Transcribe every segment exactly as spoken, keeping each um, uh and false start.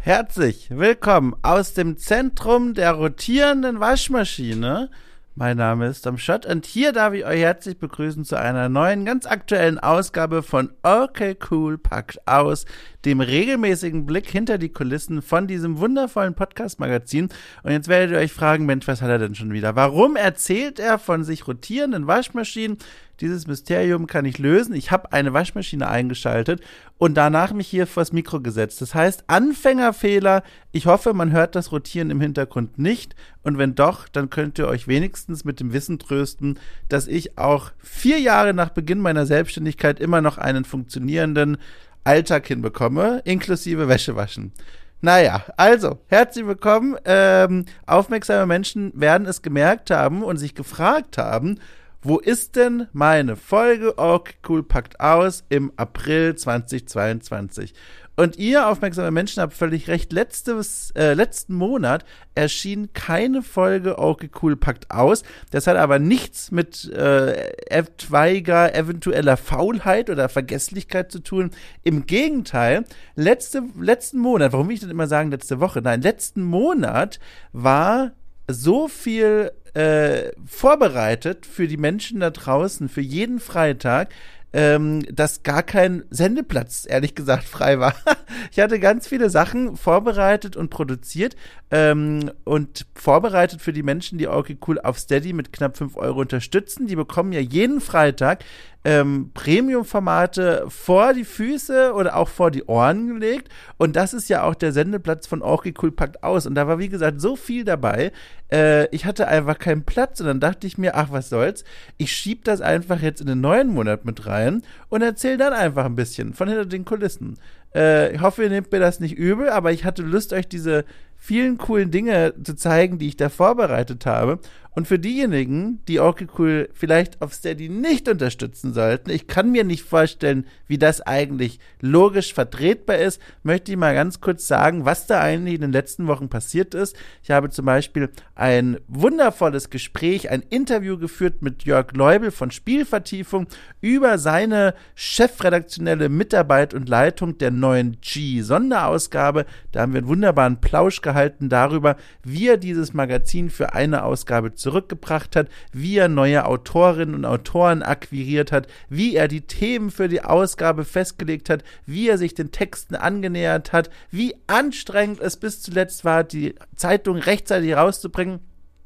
Herzlich willkommen aus dem Zentrum der rotierenden Waschmaschine. Mein Name ist Tom Schott und hier darf ich euch herzlich begrüßen zu einer neuen, ganz aktuellen Ausgabe von Okay Cool packt aus, dem regelmäßigen Blick hinter die Kulissen von diesem wundervollen Podcast-Magazin. Und jetzt werdet ihr euch fragen, Mensch, was hat er denn schon wieder? Warum erzählt er von sich rotierenden Waschmaschinen? Dieses Mysterium kann ich lösen. Ich habe eine Waschmaschine eingeschaltet und danach mich hier vors Mikro gesetzt. Das heißt, Anfängerfehler. Ich hoffe, man hört das Rotieren im Hintergrund nicht. Und wenn doch, dann könnt ihr euch wenigstens mit dem Wissen trösten, dass ich auch vier Jahre nach Beginn meiner Selbstständigkeit immer noch einen funktionierenden Alltag hinbekomme, inklusive Wäschewaschen. Naja, also, herzlich willkommen. Ähm, aufmerksame Menschen werden es gemerkt haben und sich gefragt haben, wo ist denn meine Folge Okay Cool packt aus im April zweitausendzweiundzwanzig? Und ihr, aufmerksame Menschen, habt völlig recht. Letztes, äh, letzten Monat erschien keine Folge Okay Cool packt aus. Das hat aber nichts mit äh, etwaiger eventueller Faulheit oder Vergesslichkeit zu tun. Im Gegenteil, letzte, letzten Monat, warum will ich denn immer sagen letzte Woche? Nein, letzten Monat war so viel äh, vorbereitet für die Menschen da draußen, für jeden Freitag, ähm, dass gar kein Sendeplatz, ehrlich gesagt, frei war. Ich hatte ganz viele Sachen vorbereitet und produziert ähm, und vorbereitet für die Menschen, die Okay Cool auf Steady mit knapp fünf Euro unterstützen. Die bekommen ja jeden Freitag ähm, Premium-Formate vor die Füße oder auch vor die Ohren gelegt. Und das ist ja auch der Sendeplatz von Okay Cool packt aus. Und da war, wie gesagt, so viel dabei. Äh, ich hatte einfach keinen Platz und dann dachte ich mir, ach, was soll's. Ich schieb das einfach jetzt in den neuen Monat mit rein und erzähle dann einfach ein bisschen von hinter den Kulissen. Äh, ich hoffe, ihr nehmt mir das nicht übel, aber ich hatte Lust, euch diese vielen coolen Dinge zu zeigen, die ich da vorbereitet habe. Und für diejenigen, die Okay Cool vielleicht auf Steady nicht unterstützen sollten, ich kann mir nicht vorstellen, wie das eigentlich logisch vertretbar ist, möchte ich mal ganz kurz sagen, was da eigentlich in den letzten Wochen passiert ist. Ich habe zum Beispiel ein wundervolles Gespräch, ein Interview geführt mit Jörg Leubel von Spielvertiefung über seine chefredaktionelle Mitarbeit und Leitung der neuen G-Sonderausgabe. Da haben wir einen wunderbaren Plausch gehalten darüber, wie er dieses Magazin für eine Ausgabe zurückgebracht hat, wie er neue Autorinnen und Autoren akquiriert hat, wie er die Themen für die Ausgabe festgelegt hat, wie er sich den Texten angenähert hat, wie anstrengend es bis zuletzt war, die Zeitung rechtzeitig rauszubringen.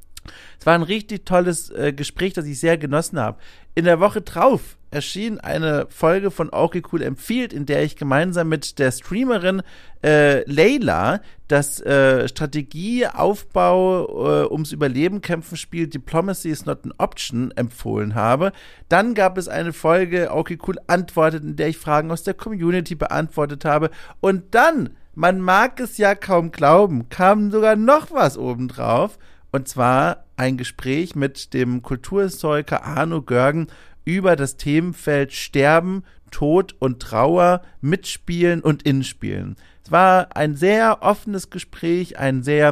Es war ein richtig tolles äh, Gespräch, das ich sehr genossen habe. In der Woche drauf erschien eine Folge von Okay Cool empfiehlt, in der ich gemeinsam mit der Streamerin äh, Leila das äh, Strategieaufbau äh, ums Überleben kämpfen Spiel Diplomacy is not an option empfohlen habe. Dann gab es eine Folge Okay Cool antwortet, in der ich Fragen aus der Community beantwortet habe. Und dann, man mag es ja kaum glauben, kam sogar noch was obendrauf. Und zwar ein Gespräch mit dem Kulturhistoriker Arno Görgen über das Themenfeld Sterben, Tod und Trauer, Mitspielen und Inspielen. Es war ein sehr offenes Gespräch, ein sehr,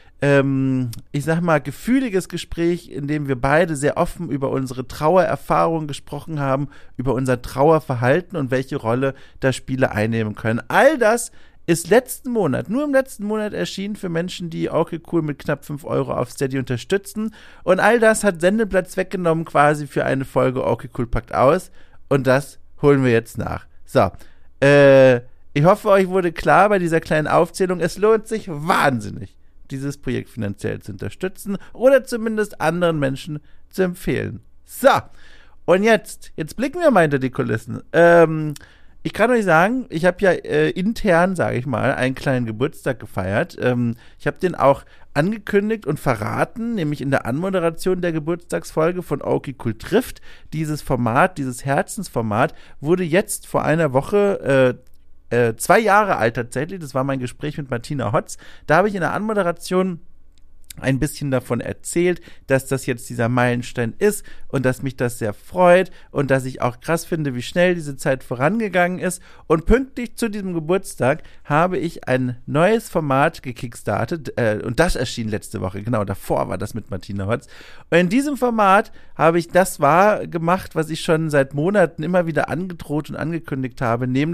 ähm, ich sag mal, gefühliges Gespräch, in dem wir beide sehr offen über unsere Trauererfahrungen gesprochen haben, über unser Trauerverhalten und welche Rolle da Spiele einnehmen können. All das ist letzten Monat, nur im letzten Monat erschienen für Menschen, die Okay Cool mit knapp fünf Euro auf Steady unterstützen. Und all das hat Sendeplatz weggenommen quasi für eine Folge Okay Cool packt aus. Und das holen wir jetzt nach. So, äh, ich hoffe, euch wurde klar bei dieser kleinen Aufzählung, es lohnt sich wahnsinnig, dieses Projekt finanziell zu unterstützen oder zumindest anderen Menschen zu empfehlen. So, und jetzt, jetzt blicken wir mal hinter die Kulissen. Ähm, Ich kann euch sagen, ich habe ja äh, intern, sage ich mal, einen kleinen Geburtstag gefeiert. Ähm, ich habe den auch angekündigt und verraten, nämlich in der Anmoderation der Geburtstagsfolge von Okay Cool trifft. Dieses Format, dieses Herzensformat wurde jetzt vor einer Woche äh, äh, zwei Jahre alt tatsächlich. Das war mein Gespräch mit Martina Hotz. Da habe ich in der Anmoderation ein bisschen davon erzählt, dass das jetzt dieser Meilenstein ist und dass mich das sehr freut und dass ich auch krass finde, wie schnell diese Zeit vorangegangen ist. Und pünktlich zu diesem Geburtstag habe ich ein neues Format gekickstartet äh, und das erschien letzte Woche. Genau, davor war das mit Martina Hotz. Und in diesem Format habe ich das wahr gemacht, was ich schon seit Monaten immer wieder angedroht und angekündigt habe, nämlich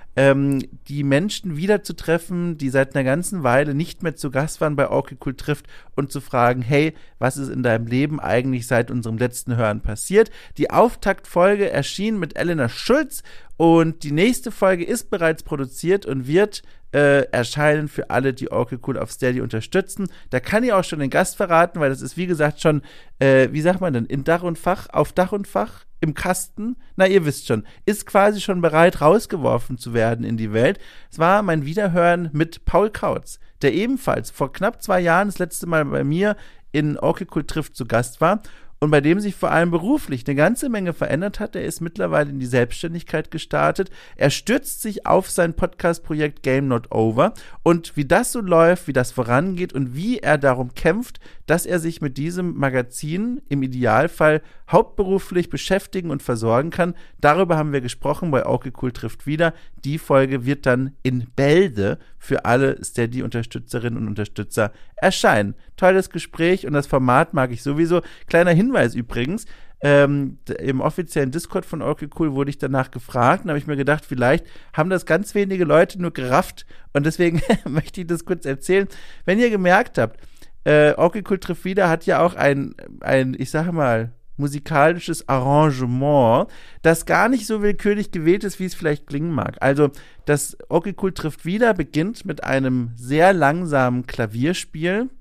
ähm, die Menschen wiederzutreffen, die seit einer ganzen Weile nicht mehr zu Gast waren bei Okay Cool trifft und zu fragen, hey, was ist in deinem Leben eigentlich seit unserem letzten Hören passiert? Die Auftaktfolge erschien mit Elena Schulz und die nächste Folge ist bereits produziert und wird äh, erscheinen für alle, die Okay Cool auf Steady unterstützen. Da kann ich auch schon den Gast verraten, weil das ist, wie gesagt, schon, äh, wie sagt man denn, in Dach und Fach, auf Dach und Fach, im Kasten, na, ihr wisst schon, ist quasi schon bereit, rausgeworfen zu werden in die Welt. Es war mein Wiederhören mit Paul Kautz, der ebenfalls vor knapp zwei Jahren das letzte Mal bei mir in Okay Cool trifft zu Gast war und bei dem sich vor allem beruflich eine ganze Menge verändert hat. Er ist mittlerweile in die Selbstständigkeit gestartet. Er stürzt sich auf sein Podcast-Projekt Game Not Over und wie das so läuft, wie das vorangeht und wie er darum kämpft, dass er sich mit diesem Magazin im Idealfall hauptberuflich beschäftigen und versorgen kann. Darüber haben wir gesprochen bei Okay Cool trifft wieder. Die Folge wird dann in Bälde für alle Steady-Unterstützerinnen und Unterstützer erscheinen. Tolles Gespräch und das Format mag ich sowieso. Kleiner Hinweis übrigens, ähm, im offiziellen Discord von Okay Cool wurde ich danach gefragt und habe ich mir gedacht, vielleicht haben das ganz wenige Leute nur gerafft und deswegen möchte ich das kurz erzählen. Wenn ihr gemerkt habt, äh, Okay Cool trifft wieder hat ja auch ein, ein, ich sage mal, musikalisches Arrangement, das gar nicht so willkürlich gewählt ist, wie es vielleicht klingen mag. Also, das Okay Cool trifft wieder beginnt mit einem sehr langsamen Klavierspiel,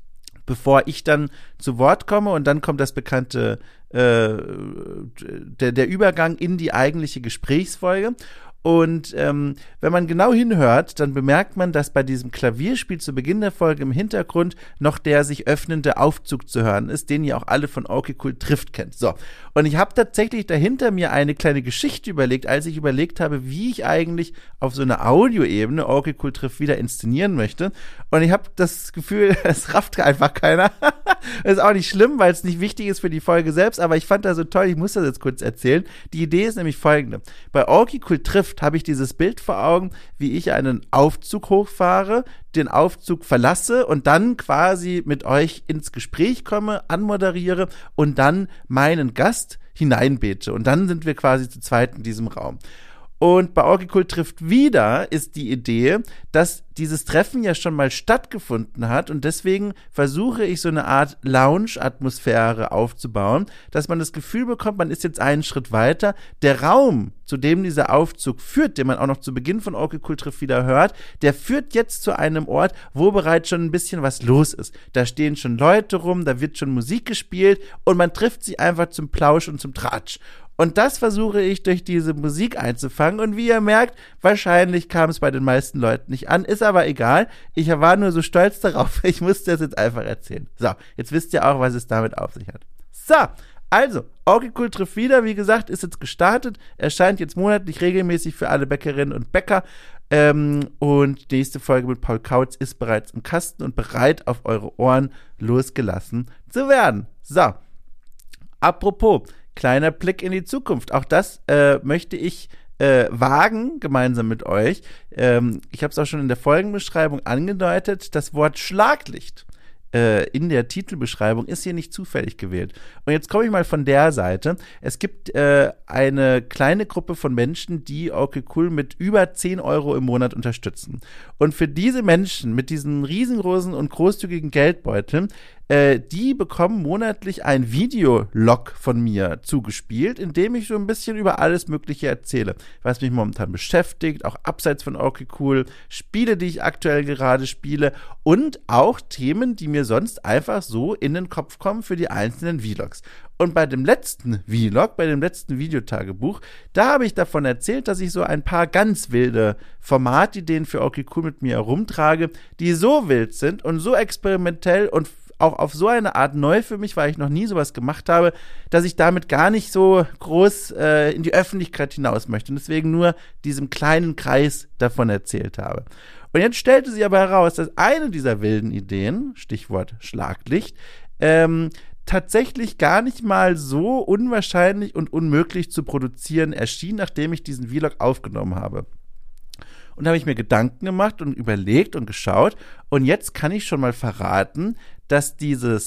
bevor ich dann zu Wort komme und dann kommt das bekannte, äh, der, der Übergang in die eigentliche Gesprächsfolge. Und ähm, wenn man genau hinhört, dann bemerkt man, dass bei diesem Klavierspiel zu Beginn der Folge im Hintergrund noch der sich öffnende Aufzug zu hören ist, den ihr auch alle von Okay Cool trifft kennt. So, und ich habe tatsächlich dahinter mir eine kleine Geschichte überlegt, als ich überlegt habe, wie ich eigentlich auf so einer Audioebene Okay Cool trifft wieder inszenieren möchte. Und ich habe das Gefühl, es rafft einfach keiner. Das ist auch nicht schlimm, weil es nicht wichtig ist für die Folge selbst, aber ich fand das so toll, ich muss das jetzt kurz erzählen. Die Idee ist nämlich folgende. Bei Okay Cool trifft habe ich dieses Bild vor Augen, wie ich einen Aufzug hochfahre, den Aufzug verlasse und dann quasi mit euch ins Gespräch komme, anmoderiere und dann meinen Gast hineinbete. Und dann sind wir quasi zu zweit in diesem Raum. Und bei Okay Cool trifft wieder ist die Idee, dass dieses Treffen ja schon mal stattgefunden hat und deswegen versuche ich so eine Art Lounge-Atmosphäre aufzubauen, dass man das Gefühl bekommt, man ist jetzt einen Schritt weiter. Der Raum, zu dem dieser Aufzug führt, den man auch noch zu Beginn von Okay Cool trifft wieder hört, der führt jetzt zu einem Ort, wo bereits schon ein bisschen was los ist. Da stehen schon Leute rum, da wird schon Musik gespielt und man trifft sich einfach zum Plausch und zum Tratsch. Und das versuche ich durch diese Musik einzufangen. Und wie ihr merkt, wahrscheinlich kam es bei den meisten Leuten nicht an. Ist aber egal. Ich war nur so stolz darauf. Ich musste das jetzt einfach erzählen. So, jetzt wisst ihr auch, was es damit auf sich hat. So, also, Okay Cool trifft wieder. Wie gesagt, ist jetzt gestartet. Erscheint jetzt monatlich regelmäßig für alle Bäckerinnen und Bäcker. Ähm, und die nächste Folge mit Paul Kautz ist bereits im Kasten und bereit, auf eure Ohren losgelassen zu werden. So, apropos, kleiner Blick in die Zukunft. Auch das äh, möchte ich äh, wagen, gemeinsam mit euch. Ähm, ich habe es auch schon in der Folgenbeschreibung angedeutet. Das Wort Schlaglicht äh, in der Titelbeschreibung ist hier nicht zufällig gewählt. Und jetzt komme ich mal von der Seite. Es gibt äh, eine kleine Gruppe von Menschen, die Okay Cool mit über zehn Euro im Monat unterstützen. Und für diese Menschen mit diesen riesengroßen und großzügigen Geldbeuteln, äh, die bekommen monatlich ein Videolog von mir zugespielt, in dem ich so ein bisschen über alles Mögliche erzähle, was mich momentan beschäftigt, auch abseits von Okay Cool, Spiele, die ich aktuell gerade spiele und auch Themen, die mir sonst einfach so in den Kopf kommen für die einzelnen Vlogs. Und bei dem letzten Vlog, bei dem letzten Videotagebuch, da habe ich davon erzählt, dass ich so ein paar ganz wilde Formatideen für Okay Cool mit mir herumtrage, die so wild sind und so experimentell und auch auf so eine Art neu für mich, weil ich noch nie sowas gemacht habe, dass ich damit gar nicht so groß äh, in die Öffentlichkeit hinaus möchte und deswegen nur diesem kleinen Kreis davon erzählt habe. Und jetzt stellte sich aber heraus, dass eine dieser wilden Ideen, Stichwort Schlaglicht, ähm, tatsächlich gar nicht mal so unwahrscheinlich und unmöglich zu produzieren erschien, nachdem ich diesen Vlog aufgenommen habe. Und da habe ich mir Gedanken gemacht und überlegt und geschaut. Und jetzt kann ich schon mal verraten, dass dieses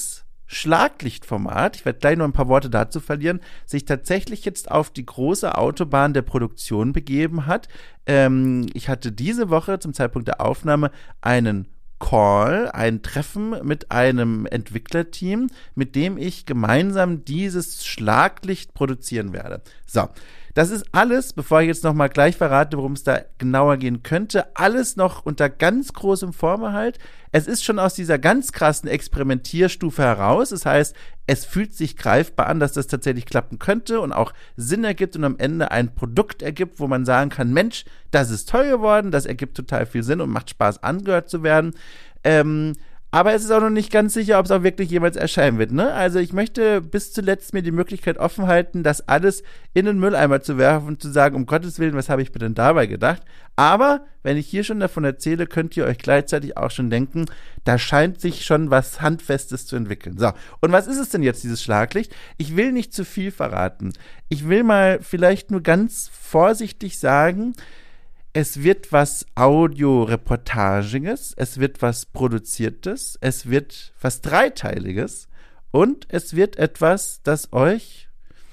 Schlaglichtformat, ich werde gleich noch ein paar Worte dazu verlieren, sich tatsächlich jetzt auf die große Autobahn der Produktion begeben hat. Ähm, ich hatte diese Woche zum Zeitpunkt der Aufnahme einen Call, ein Treffen mit einem Entwicklerteam, mit dem ich gemeinsam dieses Schlaglicht produzieren werde. So, das ist alles, bevor ich jetzt nochmal gleich verrate, worum es da genauer gehen könnte, alles noch unter ganz großem Vorbehalt. Es ist schon aus dieser ganz krassen Experimentierstufe heraus. Das heißt, es fühlt sich greifbar an, dass das tatsächlich klappen könnte und auch Sinn ergibt und am Ende ein Produkt ergibt, wo man sagen kann, Mensch, das ist toll geworden, das ergibt total viel Sinn und macht Spaß, angehört zu werden. Ähm, Aber es ist auch noch nicht ganz sicher, ob es auch wirklich jemals erscheinen wird, ne? Also ich möchte bis zuletzt mir die Möglichkeit offen halten, das alles in den Mülleimer zu werfen und zu sagen, um Gottes Willen, was habe ich mir denn dabei gedacht? Aber wenn ich hier schon davon erzähle, könnt ihr euch gleichzeitig auch schon denken, da scheint sich schon was Handfestes zu entwickeln. So, und was ist es denn jetzt, dieses Schlaglicht? Ich will nicht zu viel verraten. Ich will mal vielleicht nur ganz vorsichtig sagen, es wird was Audioreportagiges, es wird was Produziertes, es wird was Dreiteiliges und es wird etwas, das euch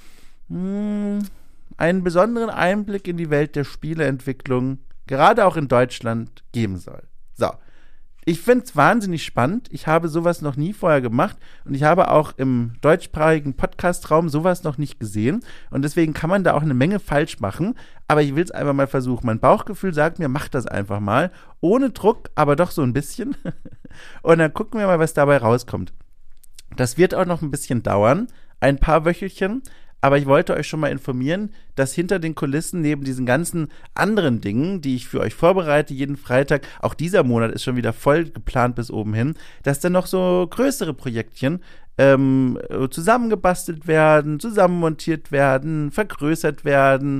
mh, einen besonderen Einblick in die Welt der Spieleentwicklung, gerade auch in Deutschland, geben soll. So, ich finde es wahnsinnig spannend. Ich habe sowas noch nie vorher gemacht und ich habe auch im deutschsprachigen Podcast-Raum sowas noch nicht gesehen und deswegen kann man da auch eine Menge falsch machen, aber ich will es einfach mal versuchen. Mein Bauchgefühl sagt mir, mach das einfach mal, ohne Druck, aber doch so ein bisschen und dann gucken wir mal, was dabei rauskommt. Das wird auch noch ein bisschen dauern, ein paar Wöchelchen, aber ich wollte euch schon mal informieren, dass hinter den Kulissen neben diesen ganzen anderen Dingen, die ich für euch vorbereite, jeden Freitag, auch dieser Monat ist schon wieder voll geplant bis oben hin, dass dann noch so größere Projektchen ähm, zusammengebastelt werden, zusammenmontiert werden, vergrößert werden,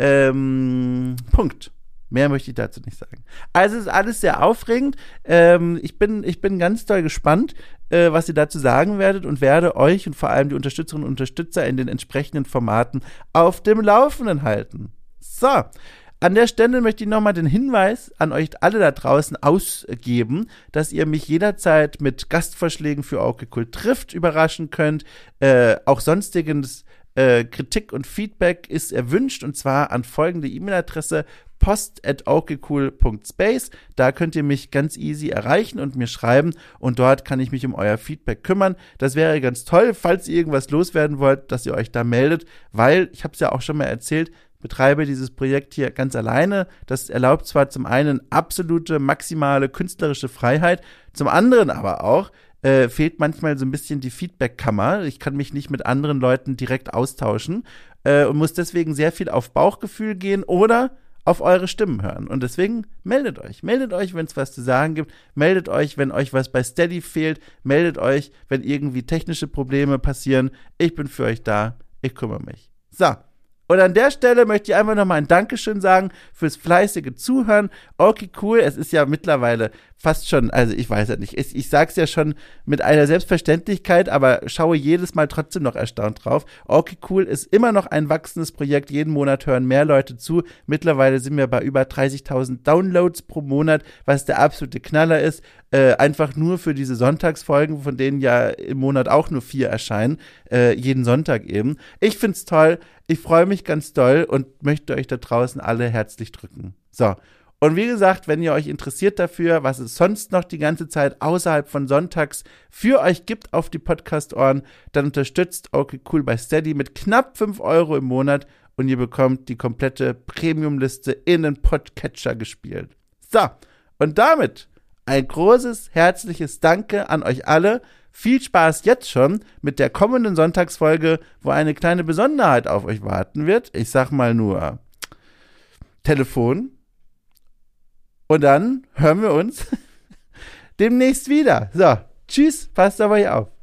ähm, Punkt. Mehr möchte ich dazu nicht sagen. Also es ist alles sehr aufregend. Ähm, ich bin, ich bin ganz doll gespannt, äh, was ihr dazu sagen werdet und werde euch und vor allem die Unterstützerinnen und Unterstützer in den entsprechenden Formaten auf dem Laufenden halten. So, an der Stelle möchte ich nochmal den Hinweis an euch alle da draußen ausgeben, dass ihr mich jederzeit mit Gastvorschlägen für okay cool trifft überraschen könnt. Äh, auch sonstiges äh, Kritik und Feedback ist erwünscht und zwar an folgende E-Mail-Adresse post at okcool punkt space. Da könnt ihr mich ganz easy erreichen und mir schreiben und dort kann ich mich um euer Feedback kümmern. Das wäre ganz toll, falls ihr irgendwas loswerden wollt, dass ihr euch da meldet, weil, ich habe es ja auch schon mal erzählt, betreibe dieses Projekt hier ganz alleine. Das erlaubt zwar zum einen absolute, maximale künstlerische Freiheit, zum anderen aber auch äh, fehlt manchmal so ein bisschen die Feedback-Kammer. Ich kann mich nicht mit anderen Leuten direkt austauschen äh, und muss deswegen sehr viel auf Bauchgefühl gehen oder auf eure Stimmen hören. Und deswegen meldet euch. Meldet euch, wenn es was zu sagen gibt. Meldet euch, wenn euch was bei Steady fehlt. Meldet euch, wenn irgendwie technische Probleme passieren. Ich bin für euch da. Ich kümmere mich. So. Und an der Stelle möchte ich einfach nochmal ein Dankeschön sagen fürs fleißige Zuhören. Okay, cool. Es ist ja mittlerweile fast schon, also ich weiß ja nicht, ich, ich sag's ja schon mit einer Selbstverständlichkeit, aber schaue jedes Mal trotzdem noch erstaunt drauf. Okay, cool ist immer noch ein wachsendes Projekt. Jeden Monat hören mehr Leute zu. Mittlerweile sind wir bei über dreißigtausend Downloads pro Monat, was der absolute Knaller ist. Äh, einfach nur für diese Sonntagsfolgen, von denen ja im Monat auch nur vier erscheinen. Äh, jeden Sonntag eben. Ich find's toll. Ich freue mich ganz doll und möchte euch da draußen alle herzlich drücken. So. Und wie gesagt, wenn ihr euch interessiert dafür, was es sonst noch die ganze Zeit außerhalb von Sonntags für euch gibt auf die Podcast-Ohren, dann unterstützt okay cool bei Steady mit knapp fünf Euro im Monat und ihr bekommt die komplette Premium-Liste in den Podcatcher gespielt. So, und damit ein großes, herzliches Danke an euch alle. Viel Spaß jetzt schon mit der kommenden Sonntagsfolge, wo eine kleine Besonderheit auf euch warten wird. Ich sag mal nur Telefon. Und dann hören wir uns demnächst wieder. So, tschüss, passt auf euch auf.